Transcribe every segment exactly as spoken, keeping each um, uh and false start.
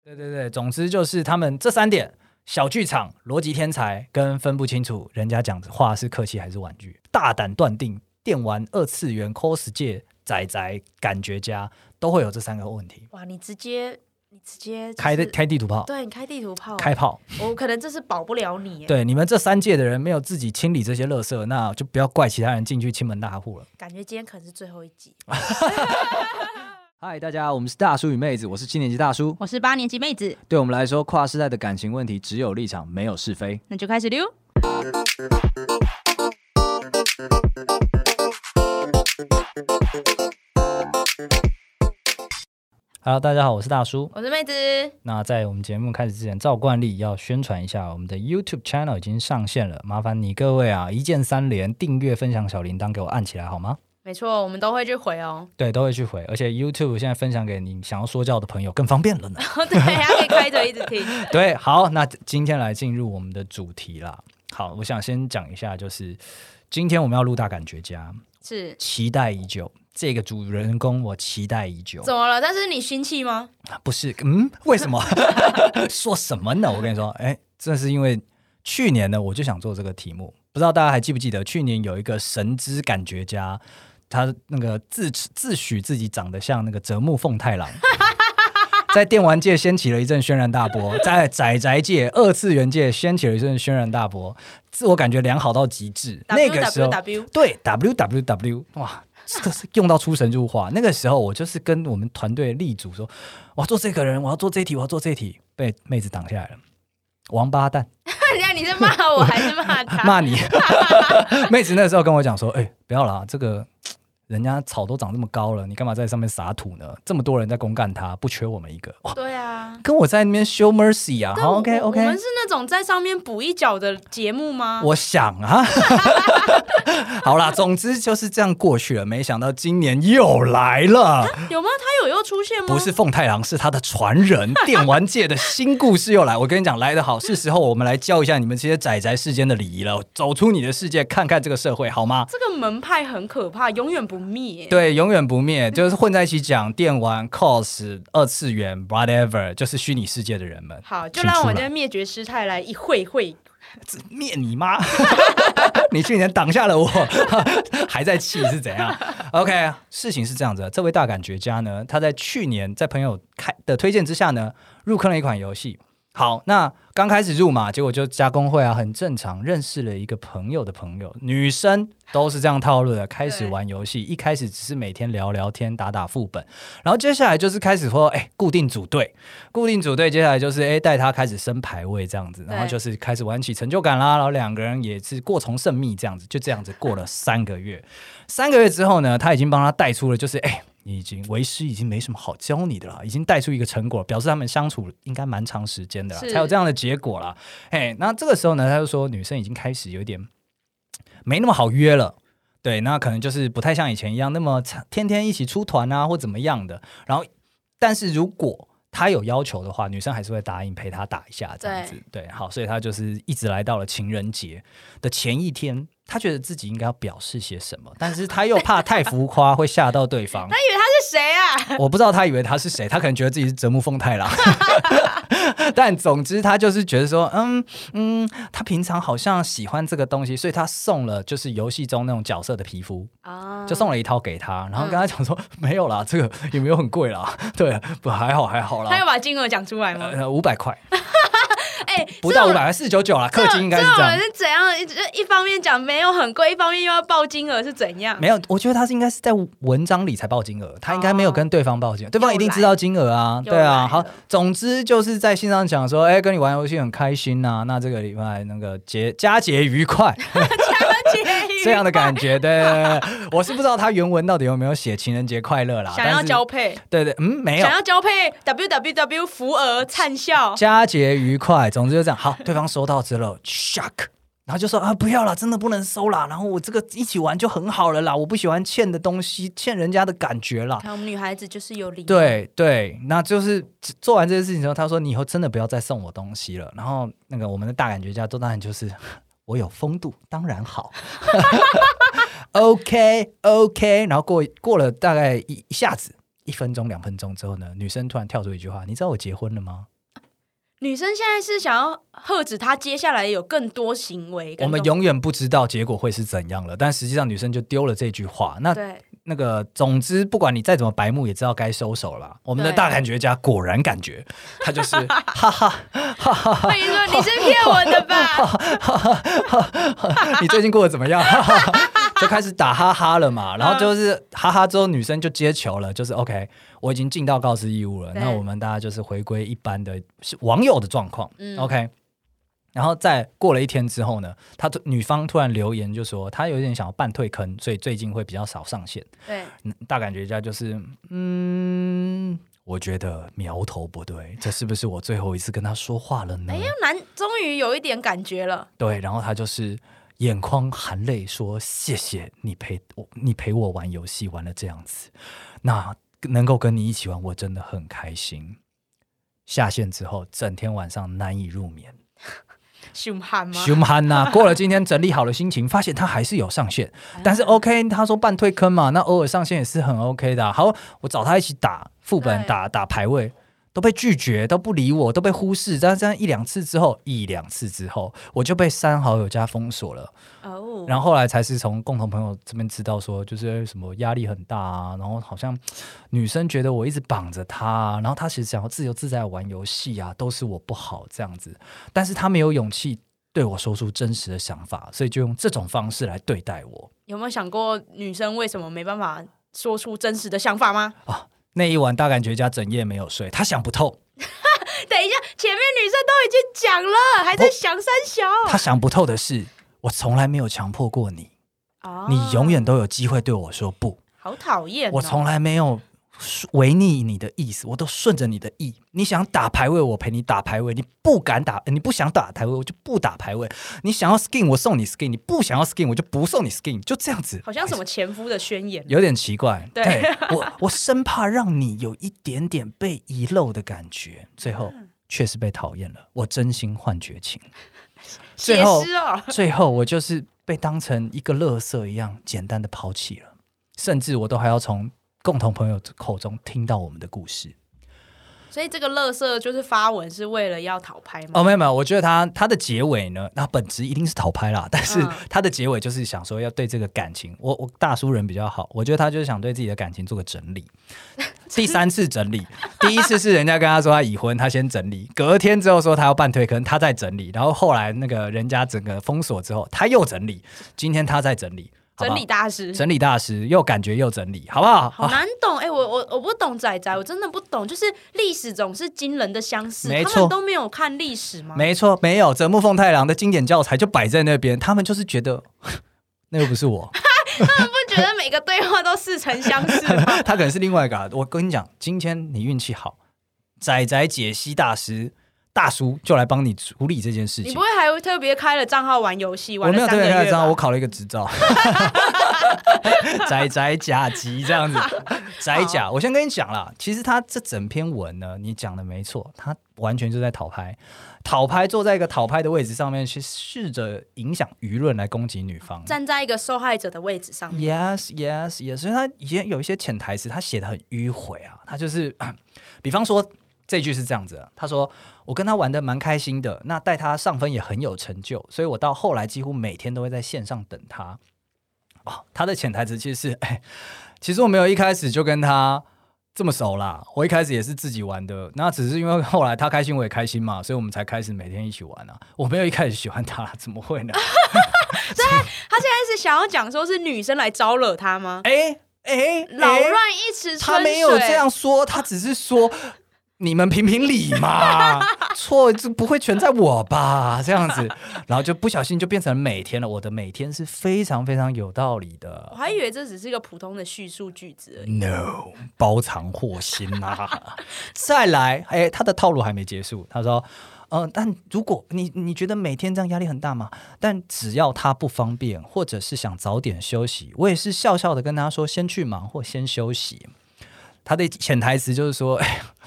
对对对，总之就是他们这三点：小剧场、逻辑天才跟分不清楚人家讲的话是客气还是婉拒。大胆断定，电玩、二次元、cos 界、宅宅、感觉家都会有这三个问题。 哇，你直接你直接、就是、 开的开地图炮， 对你开地图炮， 开炮， 我可能这是保不了你。 对，你们这三届的人没有自己清理这些垃圾，那就不要怪其他人进去亲门大户了。 感觉今天可能是最后一集。 嗨，大家，我们是大叔与妹子，我是七年级大叔， 我是八年级妹子。 对我们来说，跨世代的感情问题只有立场，没有是非。 那就开始溜。 Hello， 大家好，我是大叔， 我是妹子。 那在我们节目开始之前，照惯例要宣传一下，我们的 YouTube channel 已经上线了，麻烦你各位啊，一键三连，订阅、分享小铃铛给我按起来好吗？ 没错，我们都会去回哦。 对，都会去回，而且 YouTube 现在分享给你想要说教的朋友更方便了呢。 对，还可以开着一直听。 对，好，那今天来进入我们的主题啦。好，我想先讲一下，就是今天我们要录大感觉家，是期待已久。这个主人公我期待已久。 怎么了？但是你心气吗？ 不是，嗯，为什么？说什么呢？我跟你说，哎，这是因为去年呢，我就想做这个题目，不知道大家还记不记得，去年有一个神之感觉家。他那个 自, 自诩自己长得像那个折木凤太郎，在电玩界掀起了一阵轩然大波，在宅宅界、二次元界掀起了一阵轩然大波，自我感觉良好到极致。那个时候，对 W W W， 哇，这个是用到出神入化。那个时候，我就是跟我们团队力主说，我要做这个人，我要做这一题，我要做这一题，被妹子挡下来了。王八蛋！ 你是骂我还是骂他？ 骂你。妹子那时候跟我讲说，哎、欸，不要啦，这个。人家草都长这么高了，你干嘛在上面撒土呢？这么多人在公干他，不缺我们一个。 对啊， 跟我在那边 show mercy 啊。好 ，OK OK。 我们是那种在上面补一脚的节目吗？ 我想啊。好啦，总之就是这样过去了。没想到今年又来了。 有吗？他有又出现吗？ 不是凤太郎，是他的传人。电玩界的新故事又来。我跟你讲，来得好，是时候我们来教一下你们这些宅宅世间的礼仪了。走出你的世界，看看这个社会，好吗？ 这个门派很可怕，永远不。灭对，永远不灭，就是混在一起讲电玩、cos、二次元 ，whatever， 就是虚拟世界的人们。 好，就让我这灭绝师太来一会会灭你妈！你去年挡下了我，还在气是怎样 ？OK， 事情是这样子的，这位大感觉家呢，他在去年在朋友开的推荐之下呢，入坑了一款游戏。好，那刚开始入嘛，结果就加工会啊，很正常。认识了一个朋友的朋友，女生都是这样套路的。开始玩游戏，一开始只是每天聊聊天、打打副本，然后接下来就是开始说，哎，固定组队，固定组队，接下来就是哎带他开始升排位这样子，然后就是开始玩起成就感啦。然后两个人也是过从甚密这样子，就这样子过了三个月。三个月之后呢，他已经帮他带出了，就是哎。你已经为师已经没什么好教你的了，已经带出一个成果，表示他们相处应该蛮长时间的啦，才有这样的结果啦。嘿，那这个时候呢，他就说女生已经开始有点没那么好约了，对，那可能就是不太像以前一样那么天天一起出团啊或怎么样的。然后，但是如果他有要求的话，女生还是会答应陪他打一下这样子。对，对，好，所以他就是一直来到了情人节的前一天。他觉得自己应该要表示些什么，但是他又怕太浮夸会吓到对方。 他以为他是谁啊？ 我不知道他以为他是谁，他可能觉得自己是折木凤太郎。但总之他就是觉得说，嗯嗯，他平常好像喜欢这个东西，所以他送了就是游戏中那种角色的皮肤，啊、就送了一套给他，然后跟他讲说、嗯、没有啦，这个也没有很贵啦，对，不还好还好啦。 他有把金额讲出来吗？ 呃，五百块。 欸、 不到五百，四九九啦，氪金应该是这样。 这是怎样？一方面讲没有很贵，一方面又要报金额是怎样？ 没有，我觉得他是应该是在文章里才报金额，他应该没有跟对方报金额，对方一定知道金额啊。对啊，好，总之就是在信上讲说，哎、欸，跟你玩游戏很开心呐、啊，那这个礼拜那个节佳节愉快。这样的感觉，对，我是不知道他原文到底有没有写情人节快乐啦。 想要交配， 对对，嗯，没有。 想要交配 ，W W W 福儿灿笑， 佳节愉快。总之就这样，好，对方收到之后 ，shock， 然后就说啊，不要啦，真的不能收啦。然后我这个一起玩就很好了啦，我不喜欢欠的东西，欠人家的感觉啦。 我们女孩子就是有礼貌。 对对，那就是做完这件事情之后，他说你以后真的不要再送我东西了。然后那个我们的大感觉家都当然就是。我有风度，当然好。OK OK， 然后过过了大概 一, 一下子一分钟两分钟之后呢，女生突然跳出一句话：“你知道我结婚了吗？” 女生现在是想要喝止他接下来有更多行为， 我们永远不知道结果会是怎样了，但实际上女生就丢了这句话。那对。 那个，总之，不管你再怎么白目，也知道该收手了吧。我们的大感觉家果然感觉，他就是哈哈哈哈哈。 你说你是骗我的吧？ 你最近过得怎么样？就开始打哈哈了嘛。然后就是哈哈之后，女生就接球了，就是 OK， 我已经尽到告知义务了。那我们大家就是回归一般的网友的状况、嗯、，OK。然后在过了一天之后呢，他女方突然留言就说他有点想要半退坑，所以最近会比较少上线。 对， 大感觉家就是嗯，我觉得苗头不对，这是不是我最后一次跟他说话了呢？ 哎呀，男终于有一点感觉了。 对，然后他就是眼眶含泪说谢谢你陪我，你陪我玩游戏玩了这样子，那能够跟你一起玩我真的很开心。下线之后整天晚上难以入眠。 凶悍吗？ 凶悍呐！过了今天整理好了心情，发现他还是有上线，但是 OK， 他说半退坑嘛，那偶尔上线也是很 OK 的、啊。好，我找他一起打副本，打打排位，都被拒绝，都不理我，都被忽视。但这样一两次之后，一两次之后，我就被删好友加封锁了。哦，然后后来才是从共同朋友这边知道说，就是什么压力很大啊，然后好像女生觉得我一直绑着她、啊，然后她其实想要自由自在玩游戏啊，都是我不好这样子，但是她没有勇气对我说出真实的想法，所以就用这种方式来对待我。 有没有想过女生为什么没办法说出真实的想法吗？ 啊，那一晚大感觉家整夜没有睡，她想不透。 等一下，前面女生都已经讲了，还在想三小。 她想不透的是，我从来没有强迫过你、哦、你永远都有机会对我说不。 好讨厌、哦、 我从来没有违逆你的意思，我都顺着你的意。你想打排位我陪你打排位，你不敢打，你不想打排位我就不打排位。你想要 skin 我送你 skin， 你不想要 skin 我就不送你 skin， 就这样子。 好像什么前夫的宣言， 有点奇怪。 对， 对我我生怕让你有一点点被遗漏的感觉，最后确实被讨厌了，我真心换绝情。最后、哦、最后我就是被当成一个垃圾一样简单的抛弃了，甚至我都还要从共同朋友口中听到我们的故事。 所以这个垃圾就是发文是为了要讨拍吗？ 哦，没有没有，我觉得他他的结尾呢，那本质一定是讨拍啦，但是他的结尾就是想说要对这个感情，我我大叔人比较好，我觉得他就是想对自己的感情做个整理。第三次整理，第一次是人家跟他说他已婚，他先整理，隔天之后说他要半退坑，他再整理，然后后来那个人家整个封锁之后，他又整理，今天他再整理。好好整理大师， 整理大师又感觉又整理，好不好？ 好难懂哎、欸，我我我不懂仔仔，我真的不懂。就是历史总是惊人的相似，他们都没有看历史吗？ 没错，没有。泽木奉太郎的经典教材就摆在那边，他们就是觉得那又不是我。 他们不觉得每个对话都似曾相识吗？ 他可能是另外一个。我跟你讲，今天你运气好，仔仔解析大师。大叔就来帮你处理这件事情。 你不会还会特别开了账号玩游戏？玩了三个月吧？ 我没有特别开了账号，我考了一个执照。宅宅甲级这样子，宅甲。我先跟你讲啦，其实他这整篇文呢，你讲的没错，他完全就在讨拍，讨拍坐在一个讨拍的位置上面，去试着影响舆论来攻击女方， 站在一个受害者的位置上面。 Yes, yes, yes。所以他也有一些潜台词，他写的很迂回啊。他就是，比方说。这句是这样子的，他说我跟他玩的蛮开心的，那带他上分也很有成就，所以我到后来几乎每天都会在线上等他。哦，他的潜台词其实是，哎，其实我没有一开始就跟他这么熟啦，我一开始也是自己玩的，那只是因为后来他开心我也开心嘛，所以我们才开始每天一起玩啊。我没有一开始喜欢他，怎么会呢？ 所以他现在是想要讲说是女生来招惹他吗？ 哎哎， 扰乱一池春水。 他没有这样说，他只是说。你们评评理嘛，错就不会全在我吧？这样子，然后就不小心就变成每天了。我的每天是非常非常有道理的。 我还以为这只是一个普通的叙述句子而已。 No， 包藏祸心啊！再来，哎，他的套路还没结束。他说，呃，但如果你你觉得每天这样压力很大嘛，但只要他不方便，或者是想早点休息，我也是笑笑的跟他说，先去忙或先休息。他的潜台词就是说，哎。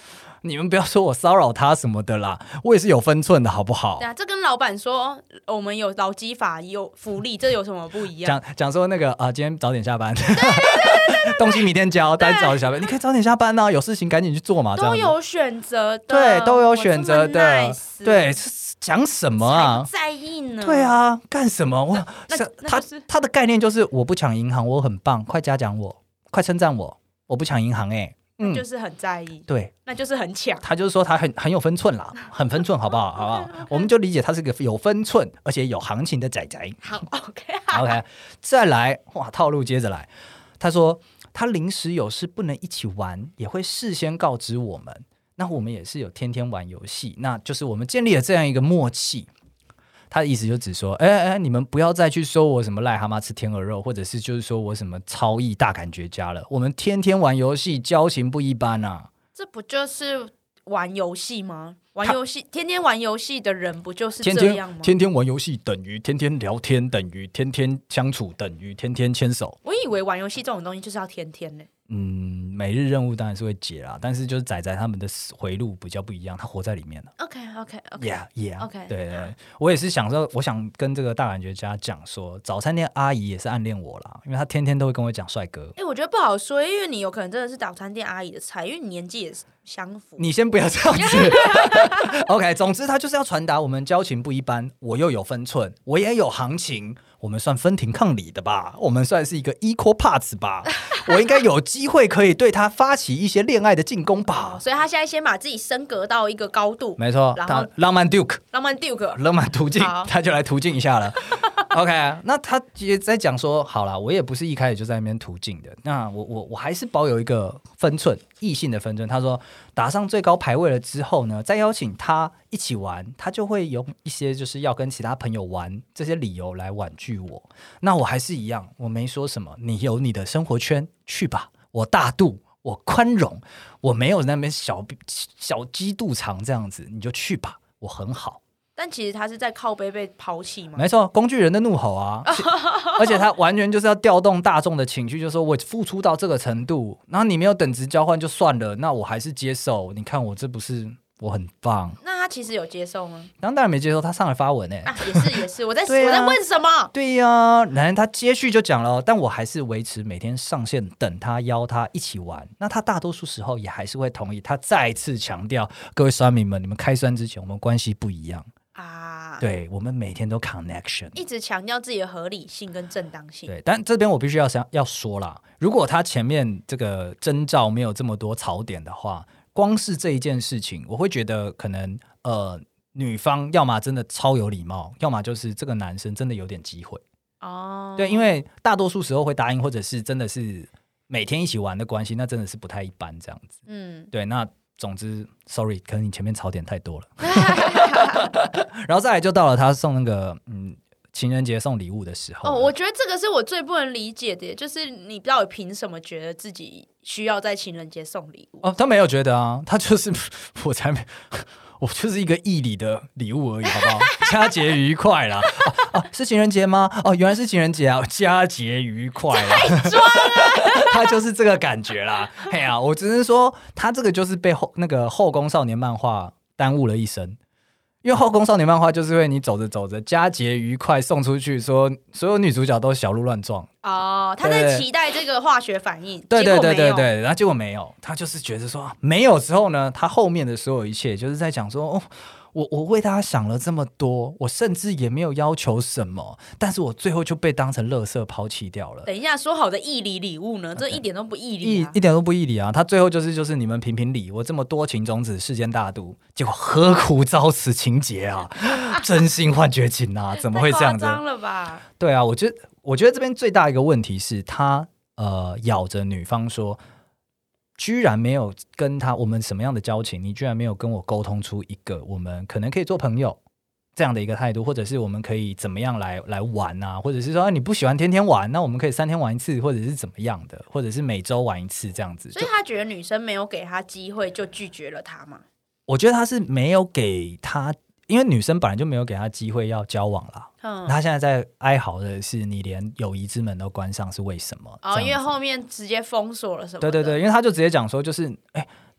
你们不要说我骚扰他什么的啦，我也是有分寸的好不好？ 对啊，这跟老板说我们有劳基法有福利，这有什么不一样？ 讲讲说那个啊、呃，今天早点下班，东西明天交，大家早点下班，你可以早点下班啊，有事情赶紧去做嘛， 都有选择的， 对，都有选择的， nice、 对，讲什么啊？ 在意呢？ 对啊，干什么？我那那、那他就是、 他的概念就是我不抢银行，我很棒，快嘉奖我，快称赞我，我不抢银行哎、欸。 嗯，就是很在意， 对， 那就是很抢。 他就是说他很很有分寸啦，很分寸，好不好？好不好？我们就理解他是个有分寸而且有行情的仔仔。 好 ，OK， 好 OK， 再来，哇，套路接着来。他说他临时有事不能一起玩，也会事先告知我们。那我们也是有天天玩游戏，那就是我们建立了这样一个默契。他的意思就只说，哎哎，你们不要再去说我什么癞蛤蟆吃天鹅肉，或者是就是说我什么超异大感觉家了。我们天天玩游戏，交情不一般啊。 这不就是玩游戏吗？玩游戏，天天玩游戏的人不就是这样吗？ 天天天天玩游戏等于天天聊天，等于天天相处，等于天天牵手。 我以为玩游戏这种东西就是要天天呢。 嗯，每日任务当然是会解啦，但是就是仔仔他们的回路比较不一样，他活在里面了。 OK OK OK Yeah Yeah OK， 对对，我也是想说，我想跟这个大感觉家讲说，早餐店阿姨也是暗恋我啦，因为她天天都会跟我讲帅哥。 哎、欸，我觉得不好说，因为你有可能真的是早餐店阿姨的菜，因为你年纪也是相符。 你先不要这样子。OK， 总之他就是要传达我们交情不一般，我又有分寸，我也有行情。我们算分庭抗礼的吧，我们算是一个 equal parts 吧，我应该有机会可以对他发起一些恋爱的进攻吧。 哦、所以他现在先把自己升格到一个高度， 没错，他浪漫 Duke， 浪漫 Duke， 浪漫途径，他就来途径一下了。OK， 那他也在讲说，好啦，我也不是一开始就在那边途径的，那我我我还是保有一个分寸，异性的分寸。他说打上最高排位了之后呢，再邀请他一起玩，他就会用一些就是要跟其他朋友玩这些理由来婉拒我。那我还是一样，我没说什么，你有你的生活圈去吧，我大度，我宽容，我没有那边小小鸡肚肠这样子，你就去吧，我很好。 但其实他是在靠背被抛弃吗？ 没错，工具人的怒吼啊！而且他完全就是要调动大众的情绪，就是说我付出到这个程度，然后你没有等值交换就算了，那我还是接受。你看我这不是我很棒？ 那他其实有接受吗？ 当然没接受，他上来发文哎、欸啊，也是也是，我在、啊、我在问什么？ 对呀、啊，然后他接续就讲了，但我还是维持每天上线等他邀他一起玩。那他大多数时候也还是会同意。他再次强调，各位酸民们，你们开酸之前，我们关系不一样。啊，对，我们每天都 connection， 一直强调自己的合理性跟正当性。 对，但这边我必须要想要说啦，如果他前面这个征兆没有这么多槽点的话，光是这一件事情，我会觉得可能呃，女方要么真的超有礼貌，要么就是这个男生真的有点机会。哦，对，因为大多数时候会答应，或者是真的是每天一起玩的关系，那真的是不太一般这样子。嗯，对，那。总之 sorry 可能你前面槽点太多了。然后再来就到了他送那个嗯情人节送礼物的时候。 哦，我觉得这个是我最不能理解的，就是你到底凭什么觉得自己需要在情人节送礼物？ 哦，他没有觉得啊，他就是我才没我就是一个义理的礼物而已，好不好？佳节愉快啦！哦哦，是情人节吗？哦，原来是情人节啊！佳节愉快啦！ 太装了， 他就是这个感觉啦。嘿啊，我只是说，他这个就是被后那个后宫少年漫画耽误了一生。因为后宫少年漫画就是会你走着走着佳节愉快送出去，说所有女主角都小鹿乱撞哦，他在期待这个化学反应， 对对对对对，然后结果没有，他就是觉得说没有之后呢，他后面的所有一切就是在讲说哦。我我为他想了这么多，我甚至也没有要求什么，但是我最后就被当成垃圾抛弃掉了。 等一下，说好的义理礼物呢？这一点都不义理、啊， 一一点都不义理啊！他最后就是就是你们评评理，我这么多情种子，世间大度，结果何苦遭此情节啊？真心换绝情啊！怎么会这样子？ 太夸张了吧？ 对啊，我觉得我觉得这边最大一个问题是他呃咬着女方说。居然没有跟他我们什么样的交情，你居然没有跟我沟通出一个我们可能可以做朋友这样的一个态度，或者是我们可以怎么样来来玩啊，或者是说、啊、你不喜欢天天玩，那我们可以三天玩一次，或者是怎么样的，或者是每周玩一次这样子。 所以他觉得女生没有给他机会就拒绝了他吗？ 我觉得他是没有给他，因为女生本来就没有给他机会要交往啦。嗯，他现在在哀嚎的是你连友谊之门都关上是为什么？ 哦，因为后面直接封锁了什么的？ 对对对，因为他就直接讲说，就是哎，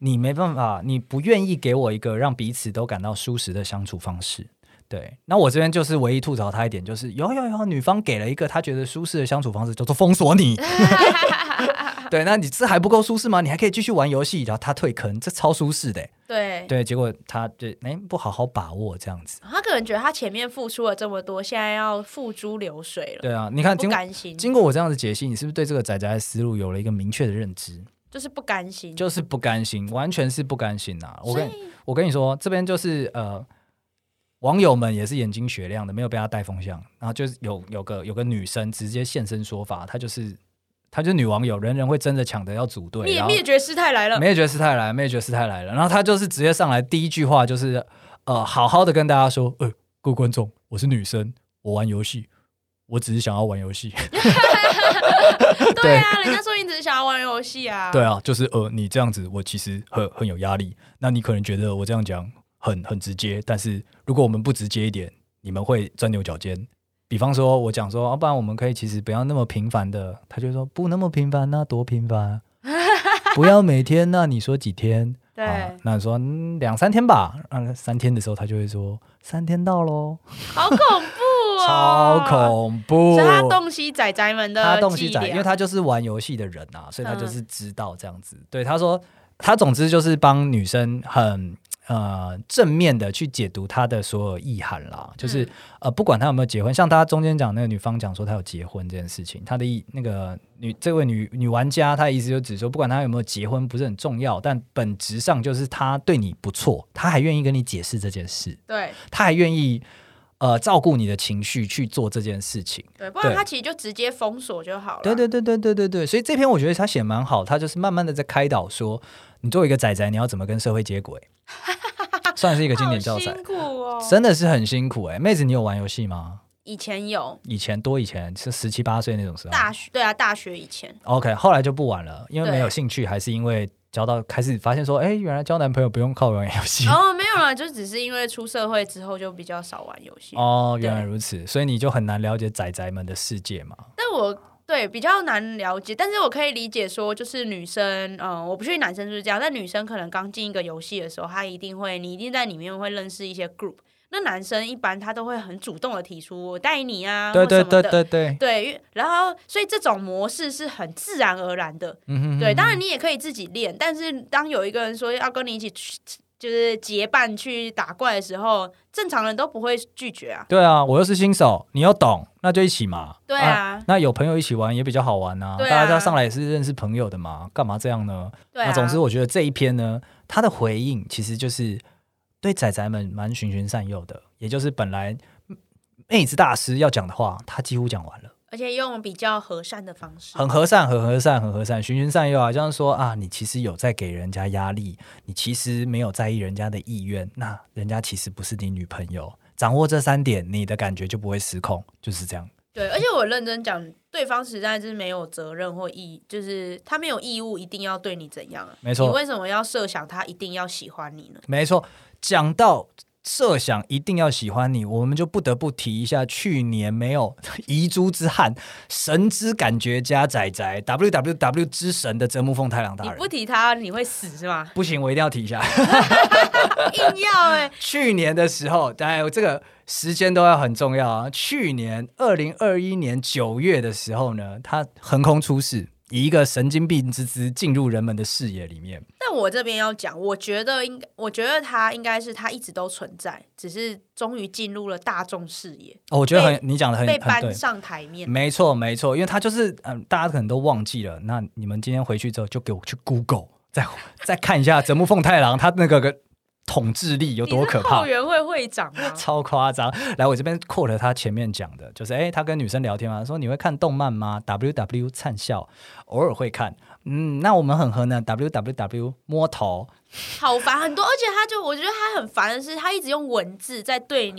你没办法，你不愿意给我一个让彼此都感到舒适的相处方式。对，那我这边就是唯一吐槽他一点，就是有有有，女方给了一个他觉得舒适的相处方式，叫做封锁你。对，那你这还不够舒适吗？你还可以继续玩游戏，然后他退坑，这超舒适的。 对对，结果他就哎不好好把握这样子， 他可能觉得他前面付出了这么多，现在要付诸流水了。 对啊，你看不甘心。 经过我这样子解析，你是不是对这个宅宅的思路有了一个明确的认知？ 就是不甘心， 就是不甘心，完全是不甘心啊！我跟我跟你说，这边就是呃。网友们也是眼睛雪亮的，没有被他带风向，然后就是有有个有个女生直接现身说法，她就是她就是女网友，人人会争着抢着要组队， 灭灭绝师太来了， 灭绝师太来了，灭绝师太来了，然后她就是直接上来第一句话就是呃，好好的跟大家说，呃，各位观众，我是女生，我玩游戏，我只是想要玩游戏。 对啊，人家说你只是想要玩游戏啊。 对啊，就是呃，你这样子，我其实很很有压力。那你可能觉得我这样讲。很很直接，但是如果我们不直接一点，你们会钻牛角尖。比方说，我讲说，要、啊、不然我们可以其实不要那么频繁的，他就说不那么频繁，那多频繁？不要每天，那你说几天？ 对， 啊、那说两、嗯、三天吧。啊，三天的时候，他就会说三天到咯。 好恐怖哦， 超恐怖！ 所以他洞悉宅宅们的他洞悉宅，因为他就是玩游戏的人啊，所以他就是知道这样子。嗯、对，他说他总之就是帮女生很。呃，正面的去解读他的所有意涵啦，就是、嗯、呃，不管他有没有结婚，像他中间讲那个女方讲说他有结婚这件事情，他的意那个女这位女女玩家，她的意思就只说，不管他有没有结婚不是很重要，但本质上就是他对你不错，他还愿意跟你解释这件事， 对， 他还愿意呃照顾你的情绪去做这件事情， 对，不然他其实就直接封锁就好了。 对对对对对对对，所以这篇我觉得他写蛮好，他就是慢慢的在开导说，你作为一个宅宅，你要怎么跟社会接轨。算是一个经典教材， 辛苦哦， 真的是很辛苦哎、欸。妹子，你有玩游戏吗？ 以前有， 以前多以前是十七八岁那种时候。 大学对啊，大学以前。 OK， 后来就不玩了，因为没有兴趣，还是因为交到开始发现说，哎、欸，原来交男朋友不用靠玩游戏。 哦，没有啦，就只是因为出社会之后就比较少玩游戏。 哦，原来如此，所以你就很难了解宅宅们的世界嘛。 但我。对，比较难了解，但是我可以理解说，就是女生，嗯，我不确定男生是不是这样，但女生可能刚进一个游戏的时候，她一定会，你一定在里面会认识一些 group。那男生一般他都会很主动的提出我带你啊， 对对对对对对，然后所以这种模式是很自然而然的，嗯哼哼，对，当然你也可以自己练，但是当有一个人说要跟你一起就是结伴去打怪的时候，正常人都不会拒绝啊。 对啊，我又是新手，你又懂，那就一起嘛。 对啊， 啊那有朋友一起玩也比较好玩啊。 对啊， 大家上来也是认识朋友的嘛，干嘛这样呢？ 对啊。 那总之，我觉得这一篇呢，他的回应其实就是对宅宅们蛮循循善诱的，也就是本来妹子大师要讲的话，他几乎讲完了。 而且用比较和善的方式， 很和善，很和善，很和善，循循善诱啊，像说啊，你其实有在给人家压力，你其实没有在意人家的意愿，那人家其实不是你女朋友。掌握这三点，你的感觉就不会失控，就是这样。 对，而且我认真讲，对方实在是没有责任或义，就是他没有义务一定要对你怎样啊。 没错， 你为什么要设想他一定要喜欢你呢？ 没错，讲到设想一定要喜欢你，我们就不得不提一下去年没有遗珠之憾神之感觉家宅宅 W W W 之神的泽木奉太郎大人。 你不提他你会死是吗？ 不行，我一定要提一下。 硬要哎、欸！ 去年的时候，当然这个时间都要很重要啊。去年二零二一年九月的时候呢，他横空出世，以一个神经病之姿进入人们的视野里面。 但我这边要讲，我觉得应该，我觉得他应该是他一直都存在，只是终于进入了大众视野。 哦，我觉得很，你讲的很被搬上台面。 没错，没错，因为他就是嗯，大家可能都忘记了。那你们今天回去之后，就给我去 Google， 再再看一下泽木奉太郎他那个个统治力有多可怕。 你是后援会会长吗？ 超夸张。来，我这边 quote 他前面讲的，就是哎，他跟女生聊天嘛，说你会看动漫吗 ？W W 灿笑，偶尔会看。嗯，那我们很合呢 ，W W W 摸头， 好烦很多，而且他就我觉得他很烦的是，他一直用文字在对你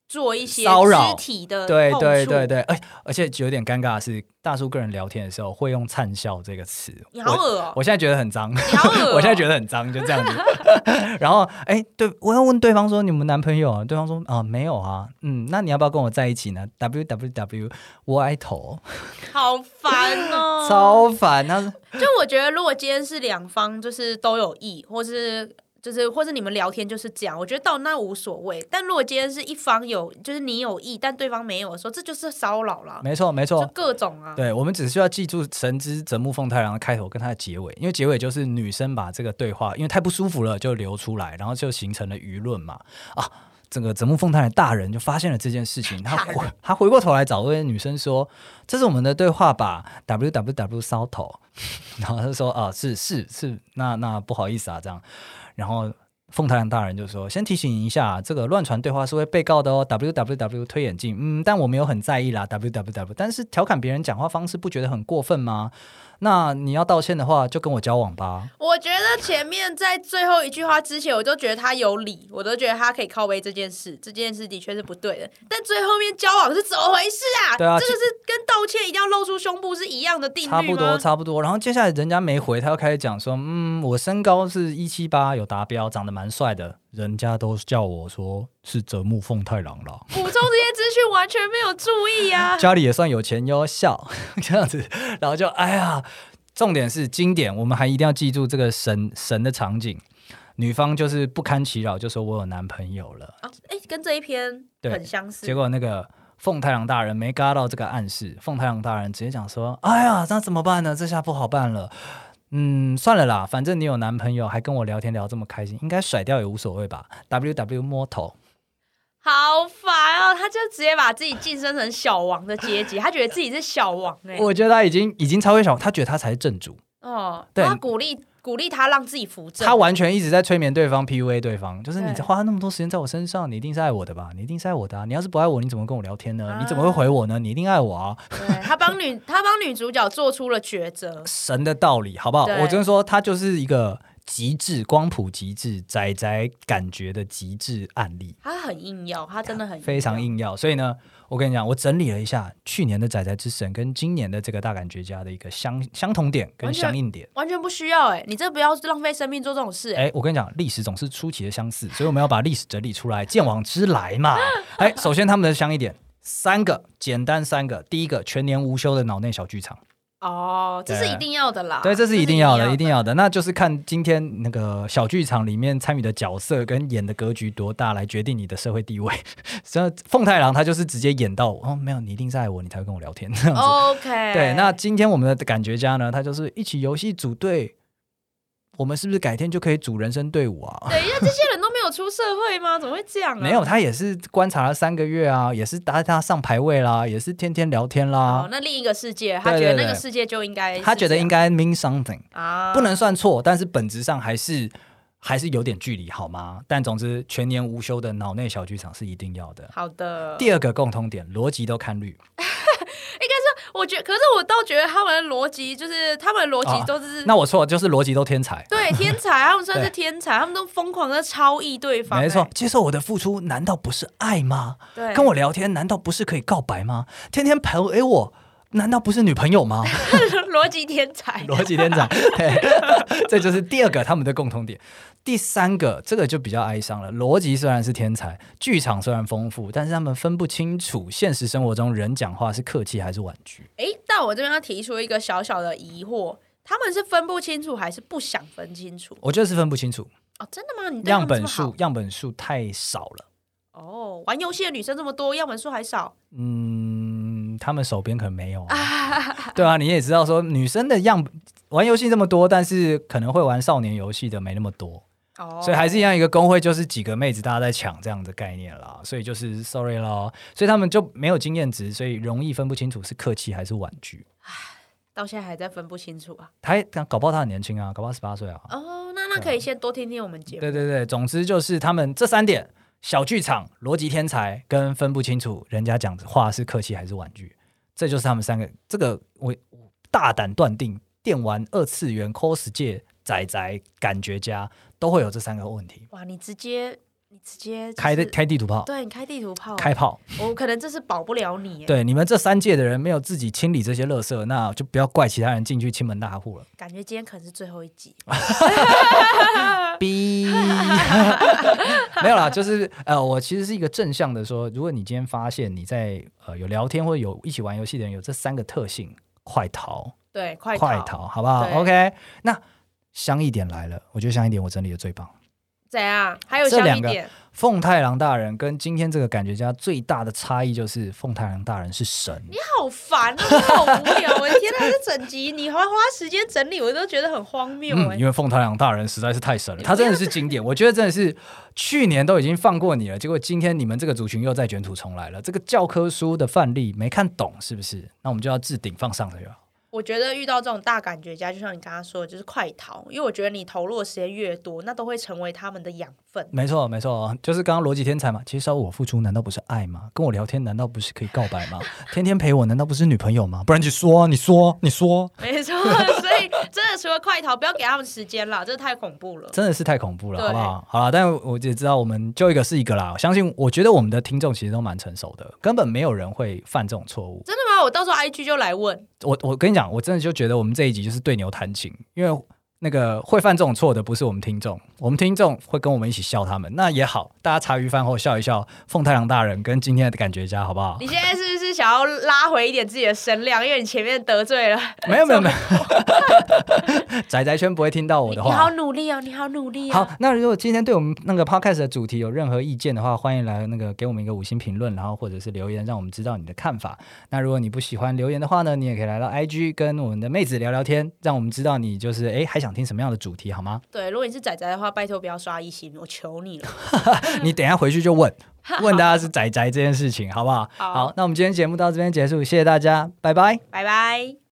做一些骚扰肢体的对碰触对对对，哎，而且有点尴尬的是，大叔跟人聊天的时候会用灿笑这个词， 你好恶哦、 我！我现在觉得很脏， 你好恶、哦！ 我现在觉得很脏，就这样子。然后，哎，对，我要问对方说，你们男朋友啊？对方说啊，没有啊。嗯，那你要不要跟我在一起呢 ？W W W， 我爱头， 好烦哦， 超烦。他就我觉得，如果今天是两方就是都有意，或是。就是或者你们聊天就是这样，我觉得到那无所谓。但如果今天是一方有，就是你有意，但对方没有的时候，这就是骚扰了。 没错没错， 就各种啊。 对，我们只需要记住神之泽木奉太郎的开头跟他的结尾，因为结尾就是女生把这个对话，因为太不舒服了就流出来，然后就形成了舆论嘛。啊，这个泽木奉太郎大人就发现了这件事情，他回他回过头来找这位女生说：“这是我们的对话吧 ？W W W 骚头。”然后他就说：“啊，是是是，那那不好意思啊，这样。”然后奉太郎大人就说：“先提醒一下，这个乱传对话是会被告的哦。W W W 推眼镜，嗯，但我没有很在意啦。W W W， 但是调侃别人讲话方式不觉得很过分吗？那你要道歉的话，就跟我交往吧。” 我觉得前面在最后一句话之前，我都觉得他有理，我都觉得他可以靠背这件事，这件事的确是不对的。但最后面交往是怎么回事啊？ 对啊， 这个是跟道歉一定要露出胸部是一样的定律吗？ 差不多，差不多。然后接下来人家没回，他又开始讲说：“嗯，我身高是一七八，有达标，长得蛮帅的。人家都叫我说是泽木奉太郎啦。” 补充这些资讯完全没有注意啊！ 家里也算有钱哟，笑这样子，然后就哎呀。重点是经典，我们还一定要记住这个神神的场景。女方就是不堪其扰，就说我有男朋友了。 啊，哎，跟这一篇很相似。 结果那个奉太郎大人没 get 到这个暗示，奉太郎大人直接讲说：“哎呀，那怎么办呢？这下不好办了。嗯，算了啦，反正你有男朋友，还跟我聊天聊这么开心，应该甩掉也无所谓吧 ？W W 摸头。” 好烦哦！他就直接把自己晋升成小王的阶级，他觉得自己是小王哎、欸。 我觉得他已经已经超越小王，他觉得他才是正主。 哦，对，他鼓励鼓励他让自己扶正。 他完全一直在催眠对方 P U A 对方，就是你花那么多时间在我身上，你一定是爱我的吧？你一定是爱我的啊！你要是不爱我，你怎么跟我聊天呢？啊、你怎么会回我呢？你一定爱我啊！ 对，他帮女他帮女主角做出了抉择， 神的道理好不好？我真的说，他就是一个。极致光谱极致宅宅感觉的极致案例， 他很硬要，他真的很硬要非常硬要。所以呢，我跟你讲，我整理了一下去年的宅宅之神跟今年的这个大感觉家的一个相相同点跟相应点， 完全不需要哎、欸，你这不要浪费生命做这种事哎、 欸欸。我跟你讲，历史总是出奇的相似，所以我们要把历史整理出来，见往知来嘛。哎，首先他们的相异点三个，简单三个。第一个，全年无休的脑内小剧场。 哦，这是一定要的啦。 对，这是一定要的，一定要的。那就是看今天那个小剧场里面参与的角色跟演的格局多大，来决定你的社会地位。所以奉太郎他就是直接演到哦，没有，你一定是爱我，你才会跟我聊天这样子。 OK， 对。那今天我们的感觉家呢，他就是一起游戏组队。我们是不是改天就可以组人生队伍啊？ 等一下，这些人都没有出社会吗？怎么会这样啊？ 没有，他也是观察了三个月啊，也是带他上排位啦，也是天天聊天啦。 哦，那另一个世界，他觉得那个世界就应该， 他觉得应该 mean something 啊， 不能算错，但是本质上还是还是有点距离，好吗？但总之，全年无休的脑内小剧场是一定要的。 好的。 第二个共通点，逻辑都看绿。 应该是，我觉得，可是我倒觉得他们的逻辑就是他们的逻辑都是、 哦，那我错，就是逻辑都天才。 对，天才，他们算是天才，他们都疯狂的超越对方。 没错，接受我的付出，难道不是爱吗？ 对， 跟我聊天，难道不是可以告白吗？天天陪我，难道不是女朋友吗？ 逻辑天才， 逻辑天才，这就是第二个他们的共同点。第三个，这个就比较哀伤了。逻辑虽然是天才，剧场虽然丰富，但是他们分不清楚现实生活中人讲话是客气还是婉拒。 哎，但我这边要提出一个小小的疑惑，他们是分不清楚还是不想分清楚？ 我觉得是分不清楚。 哦，真的吗？你样本数样本数太少了。 哦，玩游戏的女生这么多，样本数还少。 嗯，他们手边可能没有啊。对啊，你也知道说女生的样玩游戏这么多，但是可能会玩少年游戏的没那么多。哦，所以还是一样，一个公会就是几个妹子大家在抢这样的概念啦，所以就是 sorry 咯，所以他们就没有经验值，所以容易分不清楚是客气还是婉拒。 到现在还在分不清楚啊！ 他搞不好他很年轻啊，搞不好十八岁啊。 哦，那那可以先多听听我们节目。 对对对，总之就是他们这三点：小剧场、逻辑天才跟分不清楚人家讲话是客气还是婉拒，这就是他们三个。这个我大胆断定，电玩二次元 cos 界宅宅感觉家都会有这三个问题。 哇，你直接你直接、就是、 开的开地图炮， 对你开地图炮， 开炮， 我可能这是保不了你。 对，你们这三届的人没有自己清理这些垃圾，那就不要怪其他人进去亲门大户了。 感觉今天可能是最后一集。 逼没有啦，就是呃，我其实是一个正向的说，如果你今天发现你在呃有聊天或者有一起玩游戏的人有这三个特性，快逃， 对，快逃， 快逃，好不好 ？OK， 那香一点来了，我觉得香一点我整理的最棒。 怎样？还有香一点。 凤太郎大人跟今天这个感觉家最大的差异就是凤太郎大人是神。 你好烦啊，你好无聊！我的天哪，这整集你还花时间整理，我都觉得很荒谬、欸嗯。因为凤太郎大人实在是太神了，他真的是经典。我觉得真的是去年都已经放过你了，结果今天你们这个族群又再卷土重来了。这个教科书的范例没看懂是不是？那我们就要置顶放上的哟。 我觉得遇到这种大感觉家，就像你刚刚说的，就是快逃，因为我觉得你投入的时间越多，那都会成为他们的养分。 没错没错，就是刚刚逻辑天才嘛，其实稍我付出难道不是爱吗？跟我聊天难道不是可以告白吗？天天陪我难道不是女朋友吗？不然你说你说你说。 没错，所以真的除了快逃，不要给他们时间啦，这太恐怖了， 真的是太恐怖了，好不好？好啦，但我也知道我们就一个是一个啦，我相信我觉得我们的听众其实都蛮成熟的，根本没有人会犯这种错误。 真的吗？我到时候 I G 就来问我我跟你讲，我真的就觉得我们这一集就是对牛弹琴，因为那个会犯这种错的不是我们听众，我们听众会跟我们一起笑他们，那也好，大家茶余饭后笑一笑凤太郎大人跟今天的感觉家，好不好？ 你现在是不是想要拉回一点自己的声量，因为你前面得罪了？ 没有没有没有，宅宅圈不会听到我的话。 你好努力哦，你好努力哦。 好，那如果今天对我们那个 podcast 的主题有任何意见的话，欢迎来那个给我们一个五星评论，然后或者是留言，让我们知道你的看法。那如果你不喜欢留言的话呢，你也可以来到 I G 跟我们的妹子聊聊天，让我们知道你就是哎还想听什么样的主题，好吗？ 对，如果你是宅宅的话，拜托不要刷一星，我求你了。 你等一下回去就问问大家是宅宅这件事情，好不好？ 好， 好，那我们今天节目到这边结束，谢谢大家，拜拜， 拜拜。